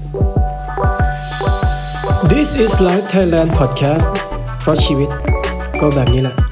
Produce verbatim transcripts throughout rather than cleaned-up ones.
This is Life Thailand Podcast เพราะชีวิตก็แบบนี้แหละ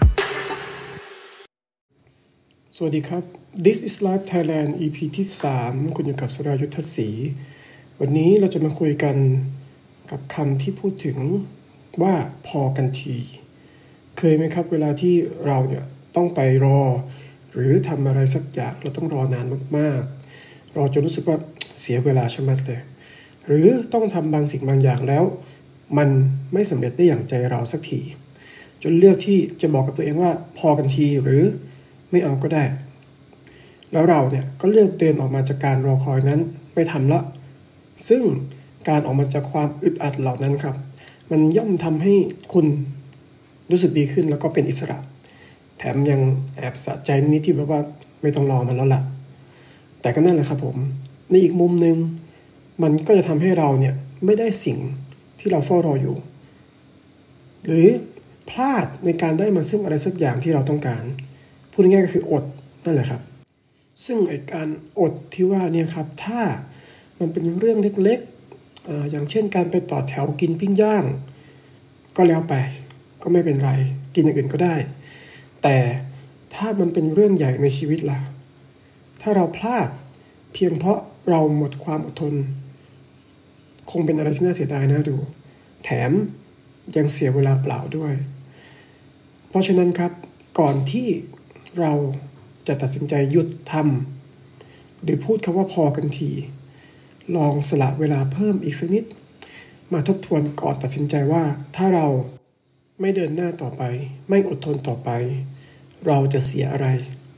สวัสดีครับ This is Life Thailand อี พี ที่สามคุณอยู่กับสรายุทธศรีวันนี้เราจะมาคุยกันกับคำที่พูดถึงว่าพอกันทีเคยไหมครับเวลาที่เราเนี่ยต้องไปรอหรือทำอะไรสักอย่างเราต้องรอนานมากๆเราจะรู้สึกว่าเสียเวลาชะมัดเลยหรือต้องทำบางสิ่งบางอย่างแล้วมันไม่สำเร็จได้อย่างใจเราสักทีจนเลือกที่จะบอกกับตัวเองว่าพอกันทีหรือไม่เอาก็ได้แล้วเราเนี่ยก็เลือกเดินออกมาจากการรอคอยนั้นไม่ทำละซึ่งการออกมาจากความอึดอัดเหล่านั้นครับมันย่อมทำให้คุณรู้สึกดีขึ้นแล้วก็เป็นอิสระแถมยังแอบสะใจนิดที่แบบว่าไม่ต้องรอมันแล้วล่ะแต่ก็นั่นแหละครับผมในอีกมุมนึงมันก็จะทำให้เราเนี่ยไม่ได้สิ่งที่เราเฝ้ารออยู่หรือพลาดในการได้มาซึ่งอะไรสักอย่างที่เราต้องการพูดง่ายๆก็คืออดนั่นแหละครับซึ่งไอ้การอดที่ว่าเนี่ยครับถ้ามันเป็นเรื่องเล็กๆ อ, อย่างเช่นการไปต่อแถวกินปิ้งย่างก็แล้วไปก็ไม่เป็นไรกินอย่างอื่นก็ได้แต่ถ้ามันเป็นเรื่องใหญ่ในชีวิตล่ะถ้าเราพลาดเพียงเพราะเราหมดความอดทนคงเป็นอะไรที่น่าเสียดายนะดูแถมยังเสียเวลาเปล่าด้วยเพราะฉะนั้นครับก่อนที่เราจะตัดสินใจหยุดทำหรือพูดคำว่าพอกันทีลองสละเวลาเพิ่มอีกสักนิดมาทบทวนก่อนตัดสินใจว่าถ้าเราไม่เดินหน้าต่อไปไม่อดทนต่อไปเราจะเสียอะไร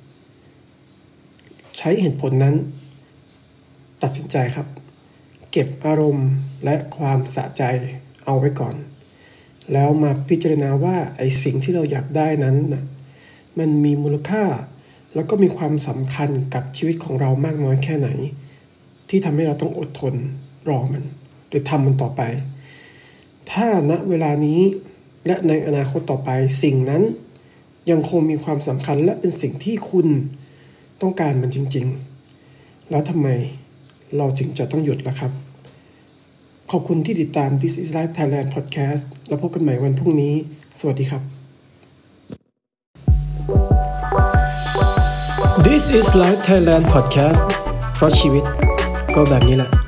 ใช้เหตุผลนั้นตัดสินใจครับเก็บอารมณ์และความสะใจเอาไว้ก่อนแล้วมาพิจารณาว่าไอ้สิ่งที่เราอยากได้นั้นนะมันมีมูลค่าแล้วก็มีความสำคัญกับชีวิตของเรามากน้อยแค่ไหนที่ทำให้เราต้องอดทนรอมันหรือทำมันต่อไปถ้าณเวลานี้และในอนาคตต่อไปสิ่งนั้นยังคงมีความสำคัญและเป็นสิ่งที่คุณต้องการมันจริงๆแล้วทำไมเราจึงจะต้องหยุดล่ะครับขอบคุณที่ติดตาม This is Life Thailand Podcast แล้วพบกันใหม่วันพรุ่งนี้สวัสดีครับ This is Life Thailand Podcast เพราะชีวิตก็แบบนี้แหละ